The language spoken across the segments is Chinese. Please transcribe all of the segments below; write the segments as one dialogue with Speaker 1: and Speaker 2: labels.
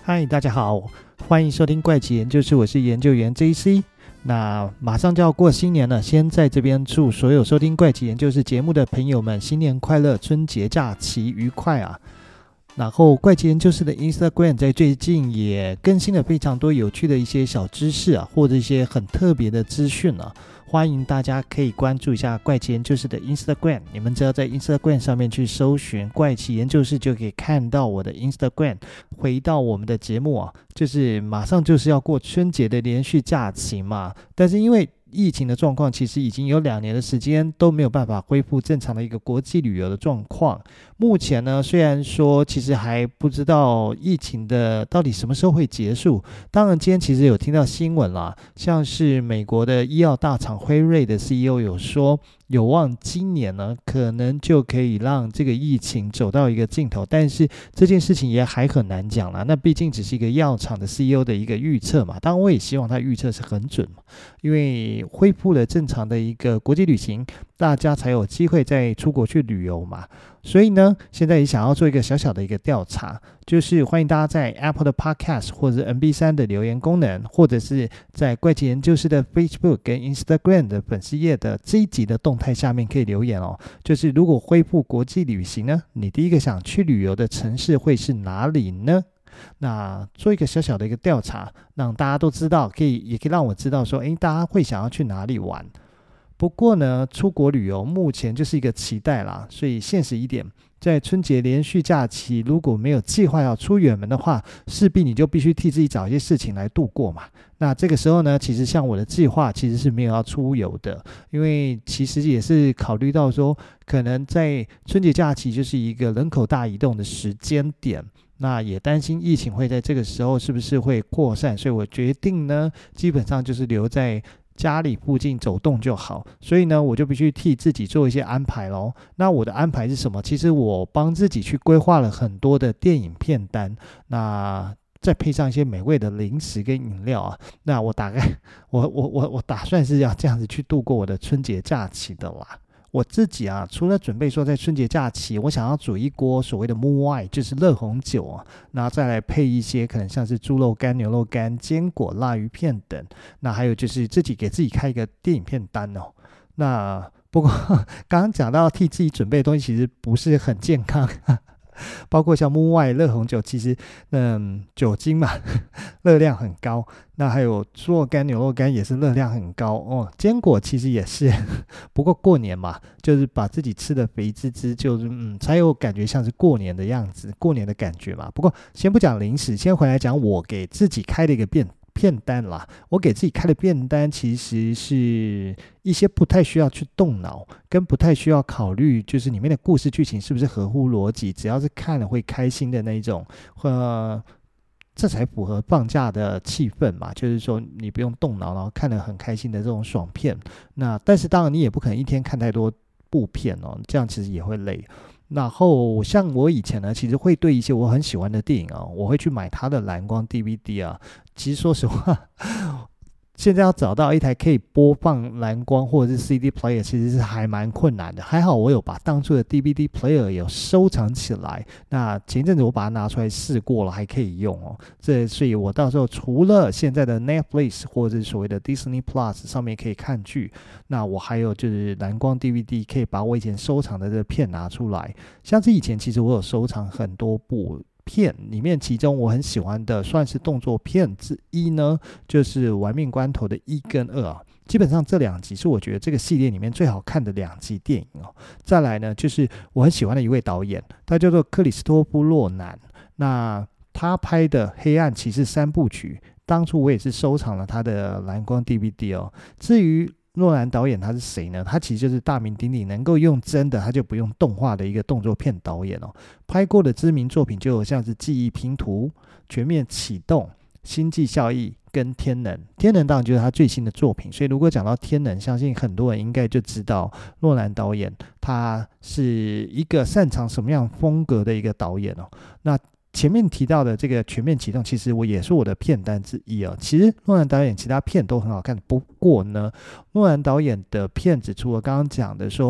Speaker 1: 嗨，大家好，欢迎收听怪奇研究室，我是研究员 JC。那马上就要过新年了，先在这边祝所有收听怪奇研究室节目的朋友们新年快乐，春节假期愉快啊！然后怪奇研究室的 Instagram 在最近也更新了非常多有趣的一些小知识啊，或者一些很特别的资讯啊，欢迎大家可以关注一下怪奇研究室的 Instagram， 你们只要在 Instagram 上面去搜寻怪奇研究室就可以看到我的 Instagram。 回到我们的节目啊，就是马上就是要过春节的连续假期嘛，但是因为疫情的状况，其实已经有2年的时间都没有办法恢复正常的一个国际旅游的状况。目前呢，虽然说其实还不知道疫情的到底什么时候会结束，当然今天其实有听到新闻啦，像是美国的医药大厂辉瑞的 CEO 有说有望今年呢可能就可以让这个疫情走到一个尽头，但是这件事情也还很难讲啦，那毕竟只是一个药厂的 CEO 的一个预测嘛，当然我也希望他预测是很准嘛，因为恢复了正常的一个国际旅行，大家才有机会再出国去旅游嘛。所以呢，现在也想要做一个小小的一个调查，就是欢迎大家在 Apple 的 Podcast 或者是 MB3 的留言功能，或者是在怪奇研究室的 Facebook 跟 Instagram 的粉丝页的这一集的动态下面可以留言哦。就是如果恢复国际旅行呢，你第一个想去旅游的城市会是哪里呢？那做一个小小的一个调查，让大家都知道，也可以让我知道说，大家会想要去哪里玩。不过呢，出国旅游目前就是一个期待啦，所以现实一点，在春节连续假期如果没有计划要出远门的话，势必你就必须替自己找一些事情来度过嘛。那这个时候呢，其实像我的计划其实是没有要出游的，因为其实也是考虑到说，可能在春节假期就是一个人口大移动的时间点，那也担心疫情会在这个时候是不是会扩散，所以我决定呢，基本上就是留在家里附近走动就好，所以呢，我就必须替自己做一些安排咯。那我的安排是什么？其实我帮自己去规划了很多的电影片单，那再配上一些美味的零食跟饮料啊，那我大概我打算是要这样子去度过我的春节假期的啦。我自己啊，除了准备说在春节假期我想要煮一锅所谓的木外，就是热红酒啊，然后再来配一些可能像是猪肉干、牛肉干、坚果、辣鱼片等，那还有就是自己给自己开一个电影片单哦。那不过刚刚讲到替自己准备的东西其实不是很健康包括像木外热红酒，其实酒精嘛热量很高，那还有猪肉干、牛肉干也是热量很高哦，坚果其实也是不过过年嘛，就是把自己吃的肥滋滋，就是才有感觉像是过年的样子，过年的感觉嘛。不过先不讲零食，先回来讲我给自己开的一个片单啦。我给自己开的片单其实是一些不太需要去动脑，跟不太需要考虑就是里面的故事剧情是不是合乎逻辑，只要是看了会开心的那一种，这才符合放假的气氛嘛，就是说你不用动脑，然后看得很开心的这种爽片。那但是当然你也不可能一天看太多部片哦，这样其实也会累。然后像我以前呢，其实会对一些我很喜欢的电影啊，我会去买它的蓝光 DVD 啊。其实说实话，现在要找到一台可以播放蓝光或者是 CD player 其实是还蛮困难的，还好我有把当初的 DVD player 有收藏起来，那前阵子我把它拿出来试过了，还可以用哦。所以我到时候除了现在的 Netflix 或者是所谓的 Disney Plus 上面可以看剧，那我还有就是蓝光 DVD 可以把我以前收藏的这片拿出来。像是以前其实我有收藏很多部片，里面其中我很喜欢的算是动作片之一呢，就是玩命关头的1跟2啊。基本上这2集是我觉得这个系列里面最好看的2集电影哦。再来呢，就是我很喜欢的一位导演，他叫做克里斯托夫·诺兰，那他拍的《黑暗骑士3部曲》，当初我也是收藏了他的蓝光 DVD 哦。至于诺兰导演他是谁呢？他其实就是大名鼎鼎能够用真的他就不用动画的一个动作片导演哦。拍过的知名作品就有像是记忆拼图、全面启动、星际效益跟天能。天能当然就是他最新的作品，所以如果讲到天能，相信很多人应该就知道诺兰导演他是一个擅长什么样风格的一个导演哦。那前面提到的这个全面启动其实也是我的片单之一哦。其实诺兰导演其他片都很好看，不过呢诺兰导演的片子除了刚刚讲的说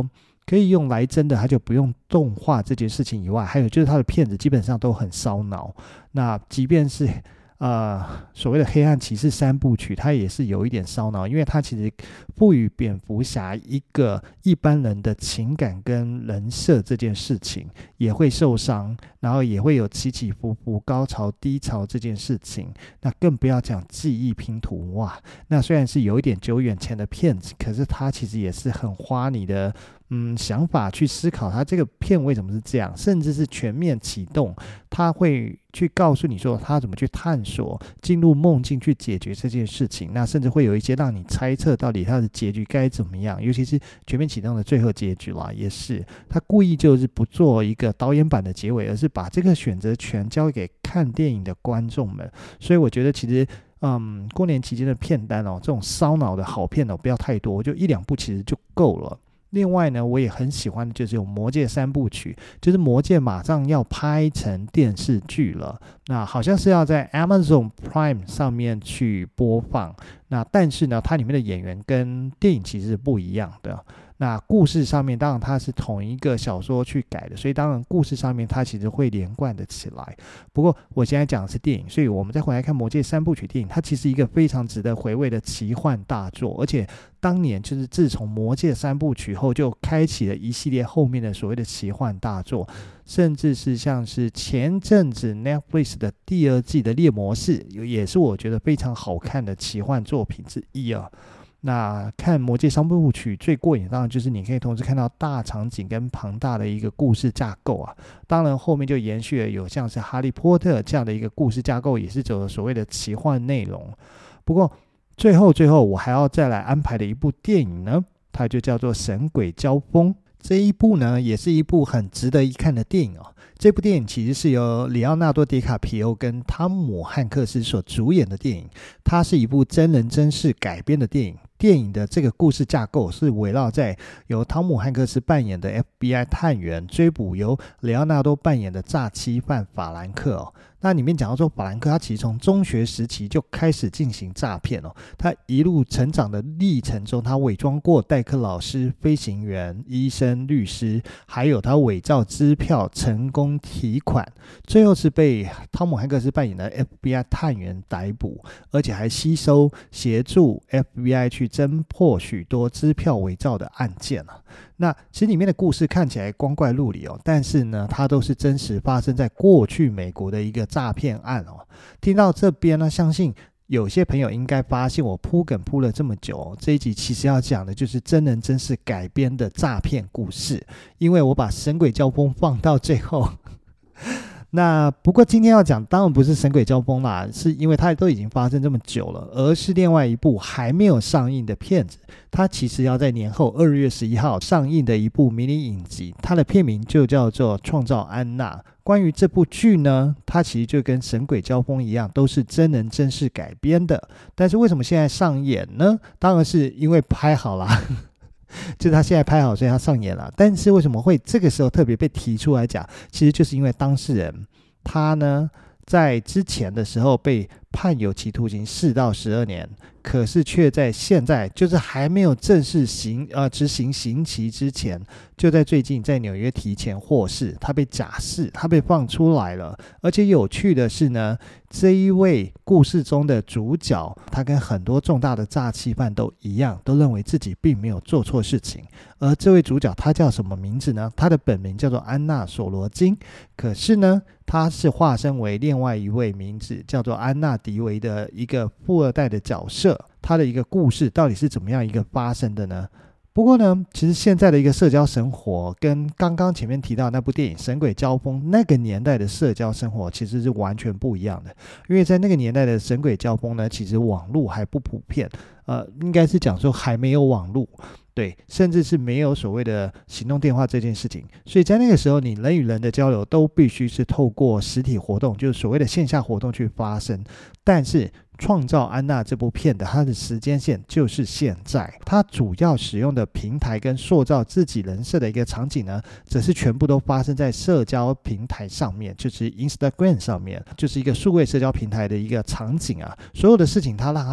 Speaker 1: 可以用来真的，它就不用动画这件事情以外，还有就是它的片子基本上都很烧脑。那即便是所谓的黑暗骑士3部曲，它也是有一点烧脑，因为它其实赋予蝙蝠侠一个一般人的情感跟人设这件事情，也会受伤，然后也会有起起伏伏、高潮低潮这件事情。那更不要讲记忆拼图，哇，那虽然是有一点久远前的片子，可是它其实也是很花你的想法去思考它这个片为什么是这样，甚至是全面启动，它会去告诉你说它怎么去探索进入梦境去解决这件事情，那甚至会有一些让你猜测到底它的结局该怎么样，尤其是全面启动的最后结局啦，也是他故意就是不做一个导演版的结尾，而是把这个选择权交给看电影的观众们。所以我觉得其实过年期间的片单这种烧脑的好片不要太多，就1-2部其实就够了。另外呢，我也很喜欢的就是有魔戒3部曲，就是魔戒马上要拍成电视剧了，那好像是要在 Amazon Prime 上面去播放，那但是呢它里面的演员跟电影其实是不一样的。那故事上面当然它是同一个小说去改的，所以当然故事上面它其实会连贯的起来。不过我现在讲的是电影，所以我们再回来看魔戒3部曲电影，它其实一个非常值得回味的奇幻大作，而且当年就是自从魔戒3部曲后就开启了一系列后面的所谓的奇幻大作，甚至是像是前阵子 Netflix 的第2季的猎魔士，也是我觉得非常好看的奇幻作品之一啊。那看魔戒3部曲最过瘾，当然就是你可以同时看到大场景跟庞大的一个故事架构啊。当然后面就延续了有像是哈利波特这样的一个故事架构，也是走了所谓的奇幻内容。不过最后我还要再来安排的一部电影呢，它就叫做神鬼交锋。这一部呢也是一部很值得一看的电影哦。这部电影其实是由里奥纳多·迪卡皮欧跟汤姆·汉克斯所主演的电影，它是一部真人真事改编的电影。电影的这个故事架构是围绕在由汤姆·汉克斯扮演的 FBI 探员追捕由里奥纳多扮演的诈欺犯法兰克哦。那里面讲到说，法兰克他其实从中学时期就开始进行诈骗哦。他一路成长的历程中，他伪装过代课老师、飞行员、医生、律师，还有他伪造支票成功提款，最后是被汤姆·汉克斯扮演的 FBI 探员逮捕，而且还协助 FBI 去侦破许多支票伪造的案件啊。那其实里面的故事看起来光怪陆离哦，但是呢，它都是真实发生在过去美国的一个诈骗案哦。听到这边呢，相信有些朋友应该发现我铺梗铺了这么久哦，这一集其实要讲的就是真人真事改编的诈骗故事，因为我把神鬼交锋放到最后。那不过今天要讲当然不是神鬼交锋啦，是因为它都已经发生这么久了，而是另外一部还没有上映的片子，它其实要在年后2月11号上映的一部迷你影集，它的片名就叫做《创造安娜》。关于这部剧呢，它其实就跟神鬼交锋一样，都是真人真事改编的，但是为什么现在上演呢？当然是因为拍好啦就是他现在拍好，所以他上演了。但是为什么会这个时候特别被提出来讲？其实就是因为当事人他呢，在之前的时候被判有期徒刑4到12年，可是却在现在就是还没有正式执行刑期之前，就在最近在纽约提前获释，他被假释，他被放出来了。而且有趣的是呢，这一位故事中的主角，他跟很多重大的诈欺犯都一样，都认为自己并没有做错事情。而这位主角他叫什么名字呢？他的本名叫做安娜·索罗金，可是呢，他是化身为另外一位名字叫做安娜·迪维的一个富二代的角色。他的一个故事到底是怎么样一个发生的呢？不过呢，其实现在的一个社交生活跟刚刚前面提到的那部电影《神鬼交锋》那个年代的社交生活其实是完全不一样的。因为在那个年代的神鬼交锋呢，其实网络还不普遍，应该是讲说还没有网络，对，甚至是没有所谓的行动电话这件事情。所以在那个时候，你人与人的交流都必须是透过实体活动，就是所谓的线下活动去发生。但是创造安娜这部片的它的时间线就是现在，它主要使用的平台跟塑造自己人设的一个场景呢，则是全部都发生在社交平台上面，就是 Instagram 上面，就是一个数位社交平台的一个场景啊。所有的事情它让它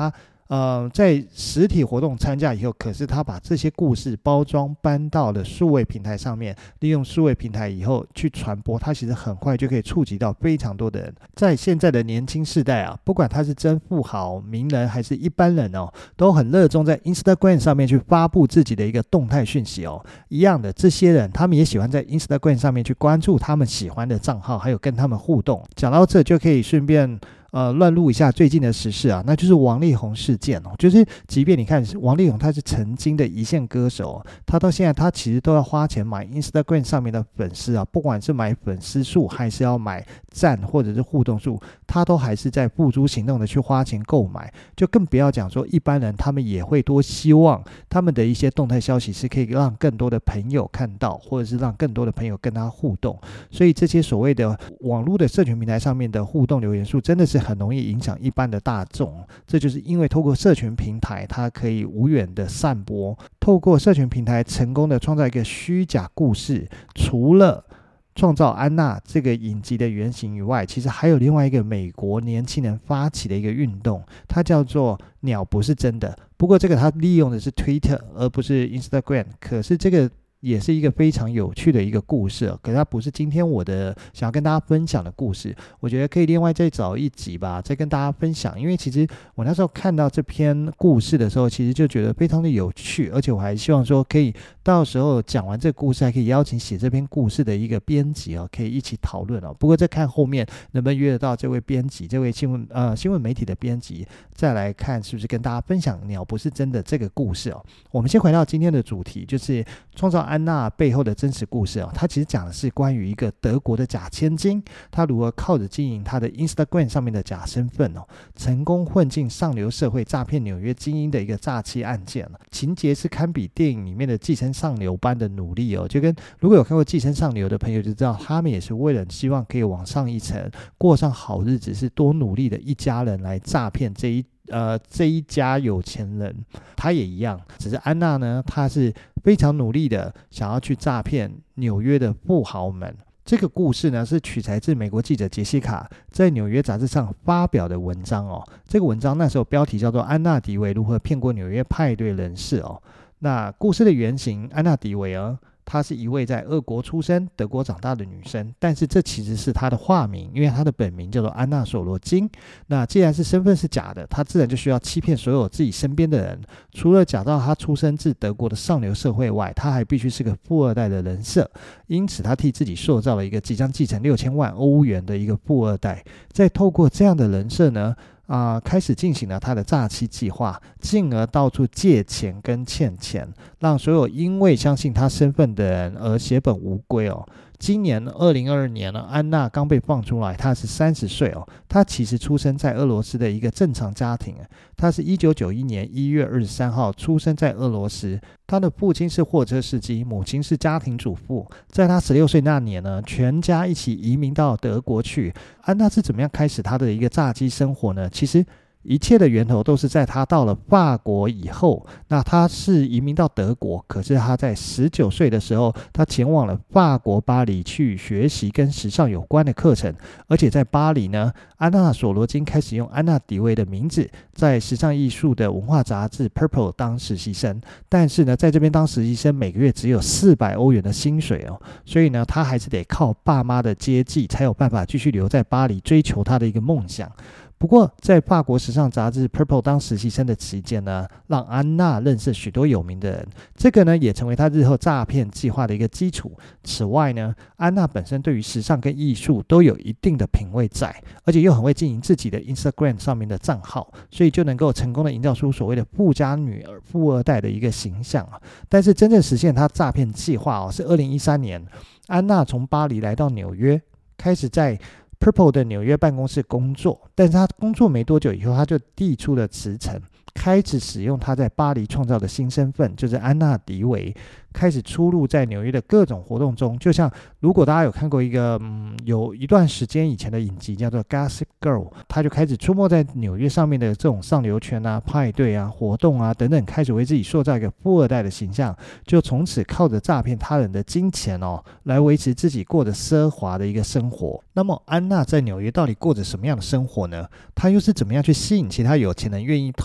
Speaker 1: 在实体活动参加以后，可是他把这些故事包装搬到了数位平台上面，利用数位平台以后去传播，他其实很快就可以触及到非常多的人。在现在的年轻世代啊，不管他是真富豪、名人还是一般人哦，都很热衷在 Instagram 上面去发布自己的一个动态讯息哦。一样的，这些人他们也喜欢在 Instagram 上面去关注他们喜欢的账号，还有跟他们互动。讲到这就可以顺便乱入一下最近的时事啊，那就是王力宏事件哦。就是即便你看王力宏他是曾经的一线歌手，他到现在他其实都要花钱买 Instagram 上面的粉丝啊，不管是买粉丝数还是要买赞或者是互动数，他都还是在付诸行动的去花钱购买。就更不要讲说一般人他们也会多希望他们的一些动态消息是可以让更多的朋友看到，或者是让更多的朋友跟他互动。所以这些所谓的网络的社群平台上面的互动留言数真的是很容易影响一般的大众，这就是因为透过社群平台它可以无远的散播，透过社群平台成功的创造一个虚假故事。除了创造安娜这个影集的原型以外，其实还有另外一个美国年轻人发起的一个运动，它叫做鸟不是真的。不过这个它利用的是 Twitter 而不是 Instagram， 可是这个也是一个非常有趣的一个故事可是它不是今天我的想要跟大家分享的故事，我觉得可以另外再找一集吧，再跟大家分享。因为其实我那时候看到这篇故事的时候，其实就觉得非常的有趣，而且我还希望说可以到时候讲完这个故事，还可以邀请写这篇故事的一个编辑可以一起讨论不过再看后面能不能约得到这位编辑，这位新闻媒体的编辑，再来看是不是跟大家分享鸟不是真的这个故事我们先回到今天的主题，就是创造安娜背后的真实故事它其实讲的是关于一个德国的假千金，他如何靠着经营他的 Instagram 上面的假身份成功混进上流社会，诈骗纽约精英的一个诈欺案件情节是堪比电影里面的寄生上流般的努力就跟如果有看过寄生上流的朋友就知道，他们也是为了希望可以往上一层，过上好日子，是多努力的一家人来诈骗这一家有钱人。他也一样，只是安娜呢，她是非常努力的想要去诈骗纽约的富豪们。这个故事呢是取材自美国记者杰西卡在纽约杂志上发表的文章这个文章那时候标题叫做安娜迪维如何骗过纽约派对人士那故事的原型安娜迪维她是一位在俄国出生、德国长大的女生，但是这其实是她的化名，因为她的本名叫做安娜·索罗金。那既然是身份是假的，她自然就需要欺骗所有自己身边的人。除了假造她出生自德国的上流社会外，她还必须是个富二代的人设。因此，她替自己塑造了一个即将继承6000万欧元的一个富二代。再透过这样的人设呢，开始进行了他的诈欺计划，进而到处借钱跟欠钱，让所有因为相信他身份的人而血本无归今年2022年呢，安娜刚被放出来，她是30岁她其实出生在俄罗斯的一个正常家庭她是1991年1月23号出生在俄罗斯，她的父亲是货车司机，母亲是家庭主妇。在她16岁那年呢，全家一起移民到德国去。安娜是怎么样开始她的一个诈欺生活呢？其实一切的源头都是在他到了法国以后。那他是移民到德国，可是他在19岁的时候，他前往了法国巴黎去学习跟时尚有关的课程。而且在巴黎呢，安娜·索罗金开始用安娜·迪维的名字在时尚艺术的文化杂志 Purple 当实习生。但是呢，在这边当实习生每个月只有400欧元的薪水所以呢，他还是得靠爸妈的接济才有办法继续留在巴黎追求他的一个梦想。不过在法国时尚杂志 Purple 当实习生的期间呢，让安娜认识许多有名的人，这个呢也成为她日后诈骗计划的一个基础。此外呢，安娜本身对于时尚跟艺术都有一定的品味在，而且又很会经营自己的 Instagram 上面的账号，所以就能够成功的营造出所谓的富家女儿、富二代的一个形象但是真正实现她诈骗计划是2013年，安娜从巴黎来到纽约，开始在Purple 的纽约办公室工作，但是他工作没多久以后，他就递出了辞呈，开始使用他在巴黎创造的新身份，就是安娜·迪维，开始出入在纽约的各种活动中。就像如果大家有看过一个有一段时间以前的影集叫做 Gossip Girl， 他就开始出没在纽约上面的这种上流圈派对活动等等，开始为自己塑造一个富二代的形象，就从此靠着诈骗他人的金钱来维持自己过着奢华的一个生活。那么安娜在纽约到底过着什么样的生活呢？她又是怎么样去吸引其他有钱人愿意投资她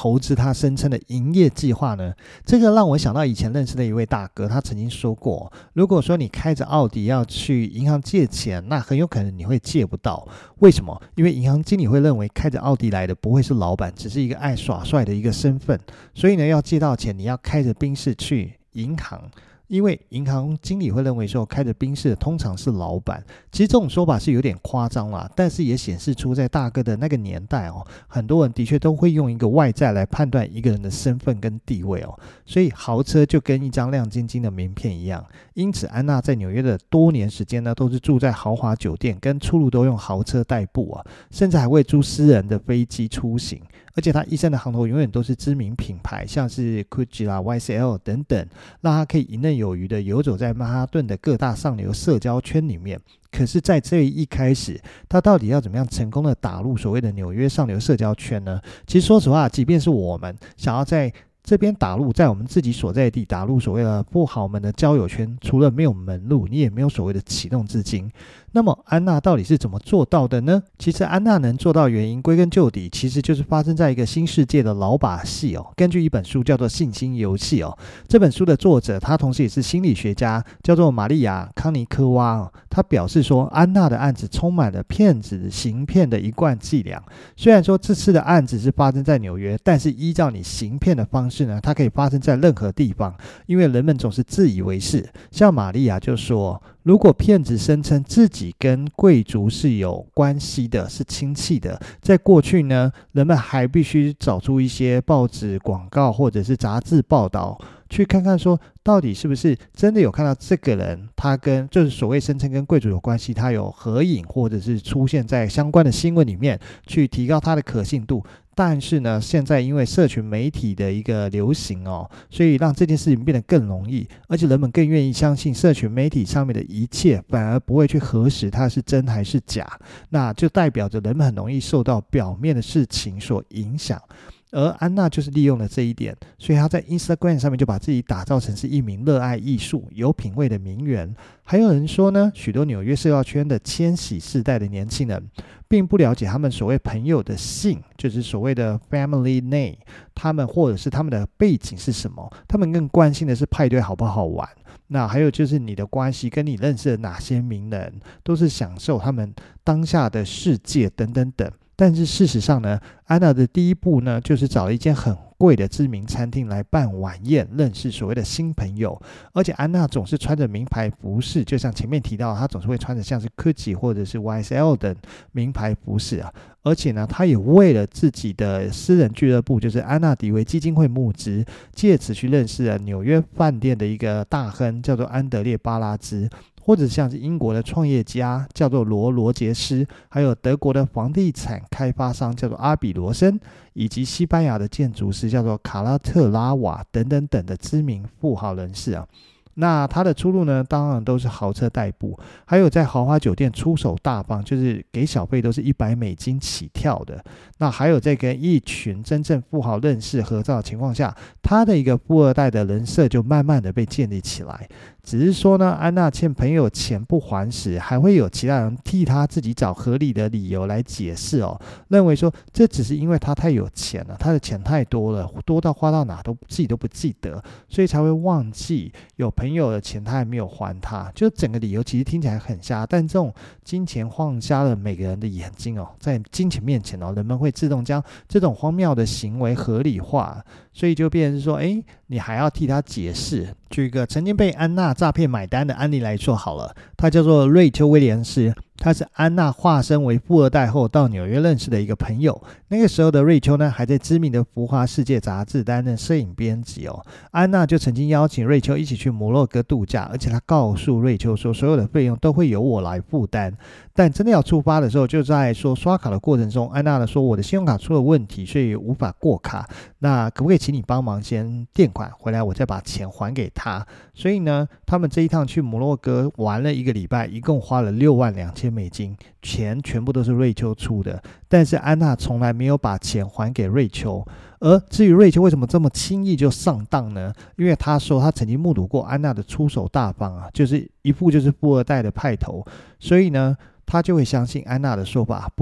Speaker 1: 他声称的营业计划呢？这个让我想到以前认识的一位大哥，他曾经说过，如果说你开着奥迪要去银行借钱，那很有可能你会借不到。为什么？因为银行经理会认为开着奥迪来的不会是老板，只是一个爱耍帅的一个身份，所以呢，要借到钱，你要开着宾士去银行。因为银行经理会认为说开着宾士的通常是老板，其实这种说法是有点夸张啦，但是也显示出在大哥的那个年代很多人的确都会用一个外在来判断一个人的身份跟地位所以豪车就跟一张亮晶晶的名片一样。因此安娜在纽约的多年时间呢，都是住在豪华酒店，跟出入都用豪车代步甚至还会租私人的飞机出行。而且他一生的行头永远都是知名品牌，像是 Gucci 啦、YSL 等等，让他可以游刃有余的游走在曼哈顿的各大上流社交圈里面。可是在这一开始，他到底要怎么样成功的打入所谓的纽约上流社交圈呢？其实说实话，即便是我们想要在这边打入，在我们自己所在地打入所谓的富豪们的交友圈，除了没有门路，你也没有所谓的启动资金。那么安娜到底是怎么做到的呢？其实安娜能做到原因归根究底，其实就是发生在一个新世界的老把戏根据一本书叫做《信心游戏》这本书的作者他同时也是心理学家，叫做玛丽亚·康尼科娃他表示说，安娜的案子充满了骗子行骗的一贯伎俩。虽然说这次的案子是发生在纽约，但是依照你行骗的方式呢，它可以发生在任何地方，因为人们总是自以为是。像玛丽亚就说，如果骗子声称自己跟贵族是有关系的，是亲戚的，在过去呢，人们还必须找出一些报纸广告或者是杂志报道，去看看说到底是不是真的有看到这个人，他跟就是所谓声称跟贵族有关系，他有合影或者是出现在相关的新闻里面，去提高他的可信度。但是呢，现在因为社群媒体的一个流行所以让这件事情变得更容易，而且人们更愿意相信社群媒体上面的一切，反而不会去核实它是真还是假。那就代表着人们很容易受到表面的事情所影响。而安娜就是利用了这一点，所以她在 Instagram 上面就把自己打造成是一名热爱艺术、有品味的名媛。还有人说呢，许多纽约社交圈的千禧世代的年轻人并不了解他们所谓朋友的姓，就是所谓的 family name， 他们或者是他们的背景是什么，他们更关心的是派对好不好玩。那还有就是你的关系跟你认识的哪些名人，都是享受他们当下的世界等等等。但是事实上呢，安娜的第一步呢，就是找了一间很贵的知名餐厅来办晚宴，认识所谓的新朋友。而且安娜总是穿着名牌服饰，就像前面提到，她总是会穿着像是 Gucci 或者是 YSL 等名牌服饰而且呢，她也为了自己的私人俱乐部，就是安娜迪维基金会募资，借此去认识了纽约饭店的一个大亨，叫做安德烈巴拉兹。或者像是英国的创业家叫做罗杰斯，还有德国的房地产开发商叫做阿比罗森，以及西班牙的建筑师叫做卡拉特拉瓦等等等的知名富豪人士那他的出路呢，当然都是豪车代步，还有在豪华酒店出手大方，就是给小费都是$100起跳的。那还有在跟一群真正富豪认识合照的情况下，他的一个富二代的人设就慢慢的被建立起来。只是说呢，安娜欠朋友钱不还时，还会有其他人替他自己找合理的理由来解释认为说这只是因为他太有钱了，他的钱太多了，多到花到哪都自己都不记得，所以才会忘记有朋友的钱他还没有还他。就整个理由其实听起来很瞎，但这种金钱晃瞎了每个人的眼睛在金钱面前人们会自动将这种荒谬的行为合理化，所以就变成说你还要替他解释。举一个曾经被安娜诈骗买单的案例来说好了，他叫做瑞秋威廉斯，他是安娜化身为富二代后到纽约认识的一个朋友。那个时候的瑞秋呢，还在知名的浮华世界杂志担任摄影编辑安娜就曾经邀请瑞秋一起去摩洛哥度假，而且他告诉瑞秋说，所有的费用都会由我来负担。但真的要出发的时候，就在说刷卡的过程中，安娜呢说，我的信用卡出了问题，所以无法过卡，那可不可以请你帮忙先垫款回来，我再把钱还给他。所以呢，他们这一趟去摩洛哥玩了1个礼拜，一共花了$62,000，钱全部都是瑞秋出的。但是安娜从来没有把钱还给瑞秋。而至于瑞秋为什么这么轻易就上当呢？因为他说他曾经目睹过安娜的出手大方就是一副就是富二代的派头，所以呢他就会相信安娜的说法。不过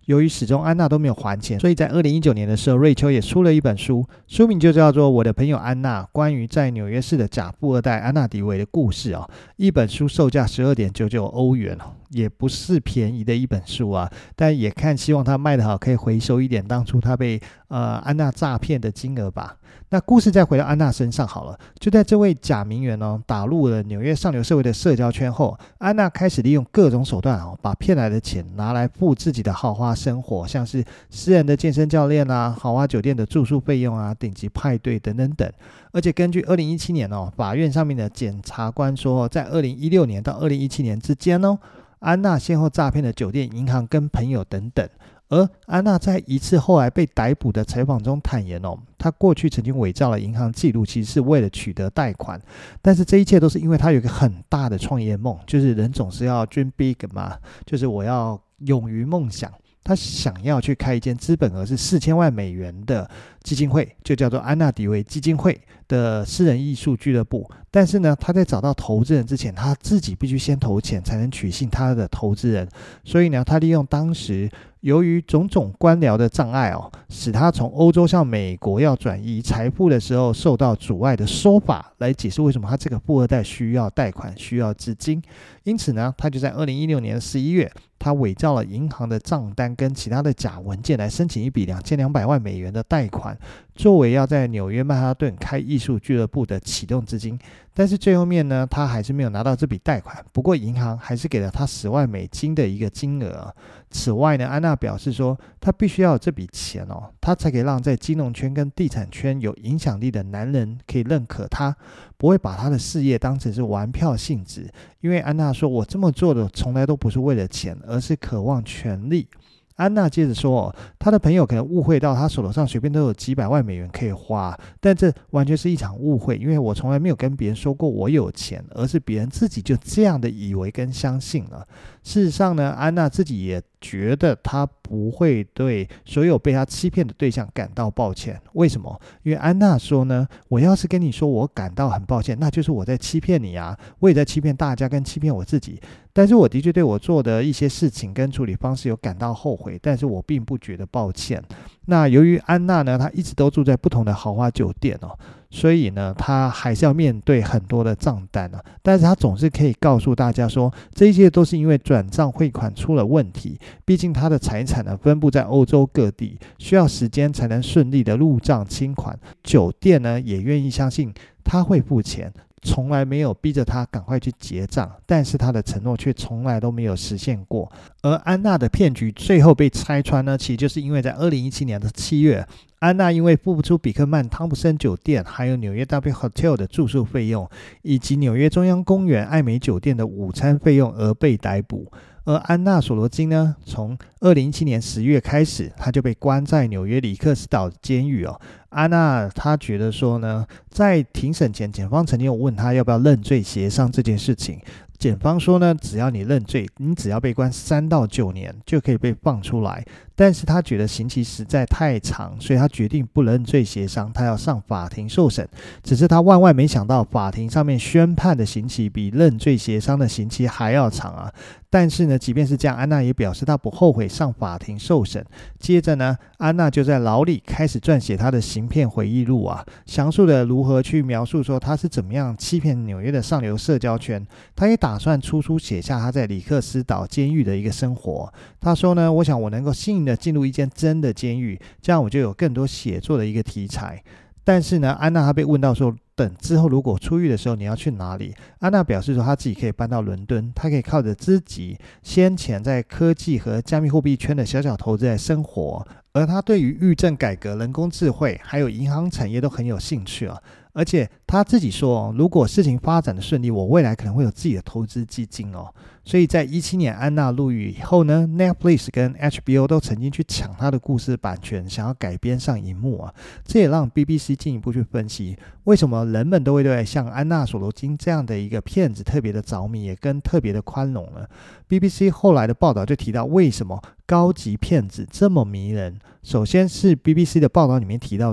Speaker 1: 由于始终安娜都没有还钱，所以在2019年的时候，瑞秋也出了一本书，书名就叫做《我的朋友安娜：关于在纽约市的假富二代安娜迪维的故事》哦。一本书售价12.99欧元哦，也不是便宜的一本书啊，但也看希望它卖得好，可以回收一点当初他被安娜诈骗的金额吧。那故事再回到安娜身上好了，就在这位假名媛打入了纽约上流社会的社交圈后，安娜开始利用各种手段把骗来的钱拿来付自己的豪华生活，像是私人的健身教练啊、豪华酒店的住宿费用啊、顶级派对等等等。而且根据2017年法院上面的检察官说，在2016年到2017年之间安娜先后诈骗了酒店、银行跟朋友等等。而安娜在一次后来被逮捕的采访中坦言她过去曾经伪造了银行记录，其实是为了取得贷款，但是这一切都是因为她有一个很大的创业梦，就是人总是要 dream big 嘛，就是我要勇于梦想。他想要去开一间资本额是4000万美元的基金会，就叫做安娜迪维基金会的私人艺术俱乐部。但是呢，他在找到投资人之前，他自己必须先投钱才能取信他的投资人。所以呢，他利用当时由于种种官僚的障碍使他从欧洲向美国要转移财富的时候受到阻碍的说法，来解释为什么他这个富二代需要贷款、需要资金。因此呢，他就在2016年11月，他伪造了银行的账单跟其他的假文件来申请一笔2200万美元的贷款，作为要在纽约曼哈顿开艺术俱乐部的启动资金。但是最后面呢，他还是没有拿到这笔贷款，不过银行还是给了他10万美金的一个金额。此外呢，安娜表示说，他必须要有这笔钱他才可以让在金融圈跟地产圈有影响力的男人可以认可他，不会把他的事业当成是玩票性质。因为安娜说，我这么做的从来都不是为了钱，而是渴望权力。安娜接着说，她的朋友可能误会到她手头上随便都有几百万美元可以花，但这完全是一场误会，因为我从来没有跟别人说过我有钱，而是别人自己就这样的以为跟相信了。事实上呢，安娜自己也觉得她不会对所有被她欺骗的对象感到抱歉。为什么？因为安娜说呢，我要是跟你说我感到很抱歉，那就是我在欺骗你啊，我也在欺骗大家跟欺骗我自己。但是我的确对我做的一些事情跟处理方式有感到后悔，但是我并不觉得抱歉。那由于安娜呢，她一直都住在不同的豪华酒店所以呢，她还是要面对很多的账单但是她总是可以告诉大家说，这一切都是因为转账汇款出了问题。毕竟她的财产呢分布在欧洲各地，需要时间才能顺利的入账清款。酒店呢也愿意相信她会付钱，从来没有逼着他赶快去结账，但是他的承诺却从来都没有实现过。而安娜的骗局最后被拆穿呢，其实就是因为在2017年的7月，安娜因为付不出比克曼汤普森酒店还有纽约 W Hotel 的住宿费用，以及纽约中央公园艾美酒店的午餐费用而被逮捕。而安娜索罗金呢，从2017年10月开始，她就被关在纽约里克斯岛监狱安娜她觉得说呢，在庭审前，检方曾经有问她要不要认罪协商这件事情。检方说呢，只要你认罪，你只要被关3到9年就可以被放出来。但是他觉得刑期实在太长，所以他决定不认罪协商，他要上法庭受审。只是他万万没想到，法庭上面宣判的刑期比认罪协商的刑期还要长啊！但是呢，即便是这样，安娜也表示她不后悔上法庭受审。接着呢，安娜就在牢里开始撰写她的行骗回忆录详述的如何去描述说她是怎么样欺骗纽约的上流社交圈。她也打算出书写下她在里克斯岛监狱的一个生活。她说呢，我想我能够幸运的进入一间真的监狱，这样我就有更多写作的一个题材。但是呢，安娜她被问到说，等之后如果出狱的时候你要去哪里？安娜表示说，她自己可以搬到伦敦，她可以靠着自己先前在科技和加密货币圈的小小投资来生活。而她对于狱政改革、人工智慧还有银行产业都很有兴趣而且他自己说如果事情发展的顺利，我未来可能会有自己的投资基金所以在2017年安娜入狱以后呢， Netflix 跟 HBO 都曾经去抢他的故事版权，想要改编上荧幕这也让 BBC 进一步去分析，为什么人们都会对像安娜索罗金这样的一个骗子特别的着迷，也跟特别的宽容呢？ BBC 后来的报道就提到，为什么高级骗子这么迷人。首先是 BBC 的报道里面提到说，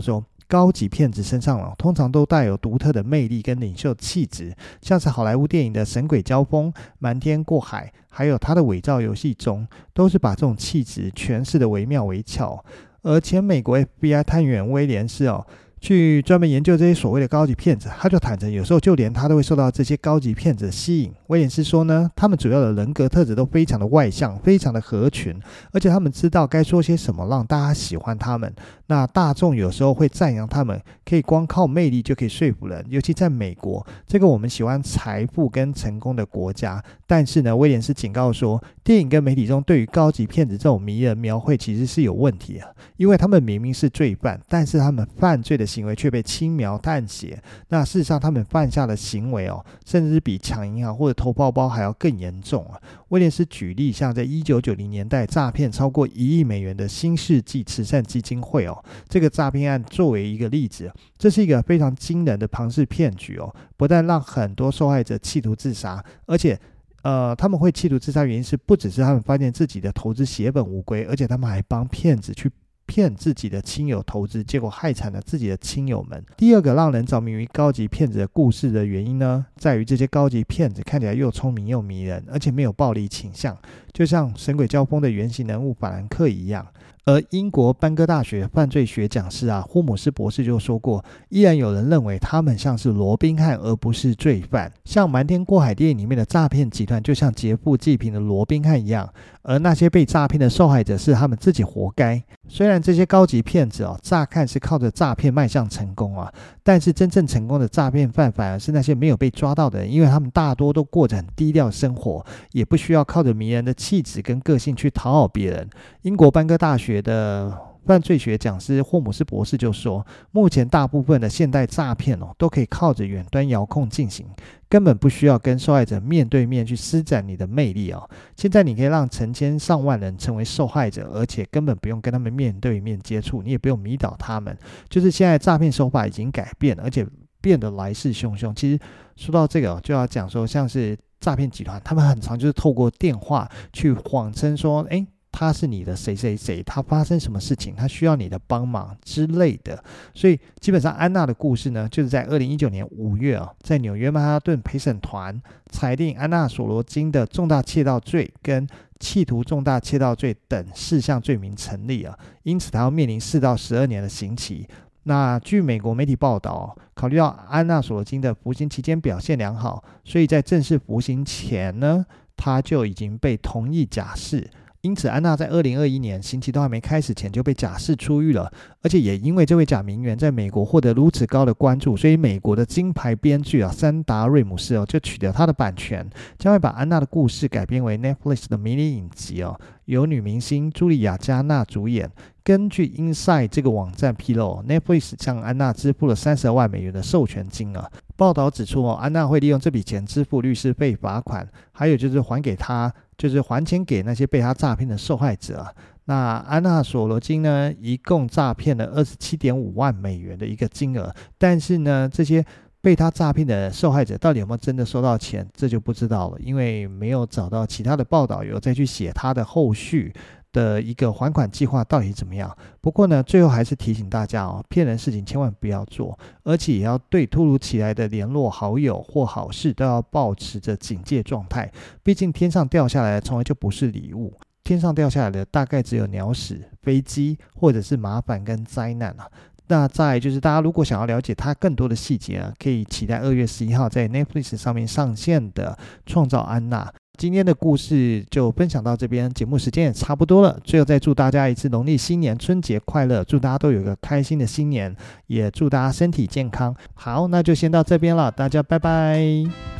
Speaker 1: 高级骗子身上通常都带有独特的魅力跟领袖气质，像是好莱坞电影的神鬼交锋、瞒天过海，还有他的伪造游戏中，都是把这种气质诠释的惟妙惟肖。而前美国 FBI 探员威廉斯去专门研究这些所谓的高级骗子，他就坦诚有时候就连他都会受到这些高级骗子的吸引。威廉斯说呢，他们主要的人格特质都非常的外向，非常的合群，而且他们知道该说些什么让大家喜欢他们。那大众有时候会赞扬他们可以光靠魅力就可以说服人，尤其在美国这个我们喜欢财富跟成功的国家。但是呢，威廉斯警告说，电影跟媒体中对于高级骗子这种迷人描绘其实是有问题的，因为他们明明是罪犯，但是他们犯罪的行为却被轻描淡写。那事实上他们犯下的行为甚至比抢银行或者偷包包还要更严重威廉斯举例，像在1990年代诈骗超过1亿美元的新世纪慈善基金会这个诈骗案作为一个例子，这是一个非常惊人的庞氏骗局不但让很多受害者企图自杀，而且他们会企图自杀原因是不只是他们发现自己的投资血本无归，而且他们还帮骗子去骗自己的亲友投资，结果害惨了自己的亲友们。第二个让人着迷于高级骗子的故事的原因呢，在于这些高级骗子看起来又聪明又迷人，而且没有暴力倾向，就像神鬼交锋的原型人物法兰克一样。而英国班戈大学犯罪学讲师霍姆斯博士就说过，依然有人认为他们像是罗宾汉而不是罪犯，像瞒天过海电影里面的诈骗集团就像劫富济贫的罗宾汉一样，而那些被诈骗的受害者是他们自己活该。虽然这些高级骗子乍看是靠着诈骗迈向成功但是真正成功的诈骗犯反而是那些没有被抓到的人，因为他们大多都过着很低调的生活，也不需要靠着迷人的气质跟个性去讨好别人。英国班戈大学的犯罪学讲师霍姆斯博士就说，目前大部分的现代诈骗都可以靠着远端遥控进行，根本不需要跟受害者面对面去施展你的魅力现在你可以让成千上万人成为受害者，而且根本不用跟他们面对面接触，你也不用迷倒他们。就是现在诈骗手法已经改变了，而且变得来势汹汹。其实说到这个就要讲说，像是诈骗集团他们很常就是透过电话去谎称说他是你的谁谁谁，他发生什么事情，他需要你的帮忙之类的。所以基本上安娜的故事呢，就是在2019年5月在纽约曼哈顿陪审团裁定安娜索罗金的重大窃盗罪跟企图重大窃盗罪等4项罪名成立因此他要面临4到12年的刑期。那据美国媒体报道考虑到安娜索罗金的服刑期间表现良好，所以在正式服刑前呢，他就已经被同意假释。因此安娜在2021年刑期都还没开始前就被假释出狱了，而且也因为这位假名媛在美国获得如此高的关注，所以美国的金牌编剧山达瑞姆斯就取得他的版权，将会把安娜的故事改编为 Netflix 的迷你影集由女明星茱莉亚·加纳主演。根据 Inside 这个网站披露 Netflix 向安娜支付了32万美元的授权金报道指出安娜会利用这笔钱支付律师费、罚款，还有就是还钱给那些被她诈骗的受害者那安娜索罗金呢，一共诈骗了 27.5 万美元的一个金额，但是呢，这些被他诈骗的受害者到底有没有真的收到钱，这就不知道了，因为没有找到其他的报道有再去写他的后续的一个还款计划到底怎么样。不过呢，最后还是提醒大家骗人事情千万不要做，而且也要对突如其来的联络好友或好事都要保持着警戒状态。毕竟天上掉下来的从来就不是礼物，天上掉下来的大概只有鸟屎、飞机或者是麻烦跟灾难那再来就是大家如果想要了解它更多的细节可以期待2月11号在 Netflix 上面上线的创造安娜。今天的故事就分享到这边，节目时间也差不多了，最后再祝大家一次农历新年春节快乐，祝大家都有一个开心的新年，也祝大家身体健康。好，那就先到这边了，大家拜拜。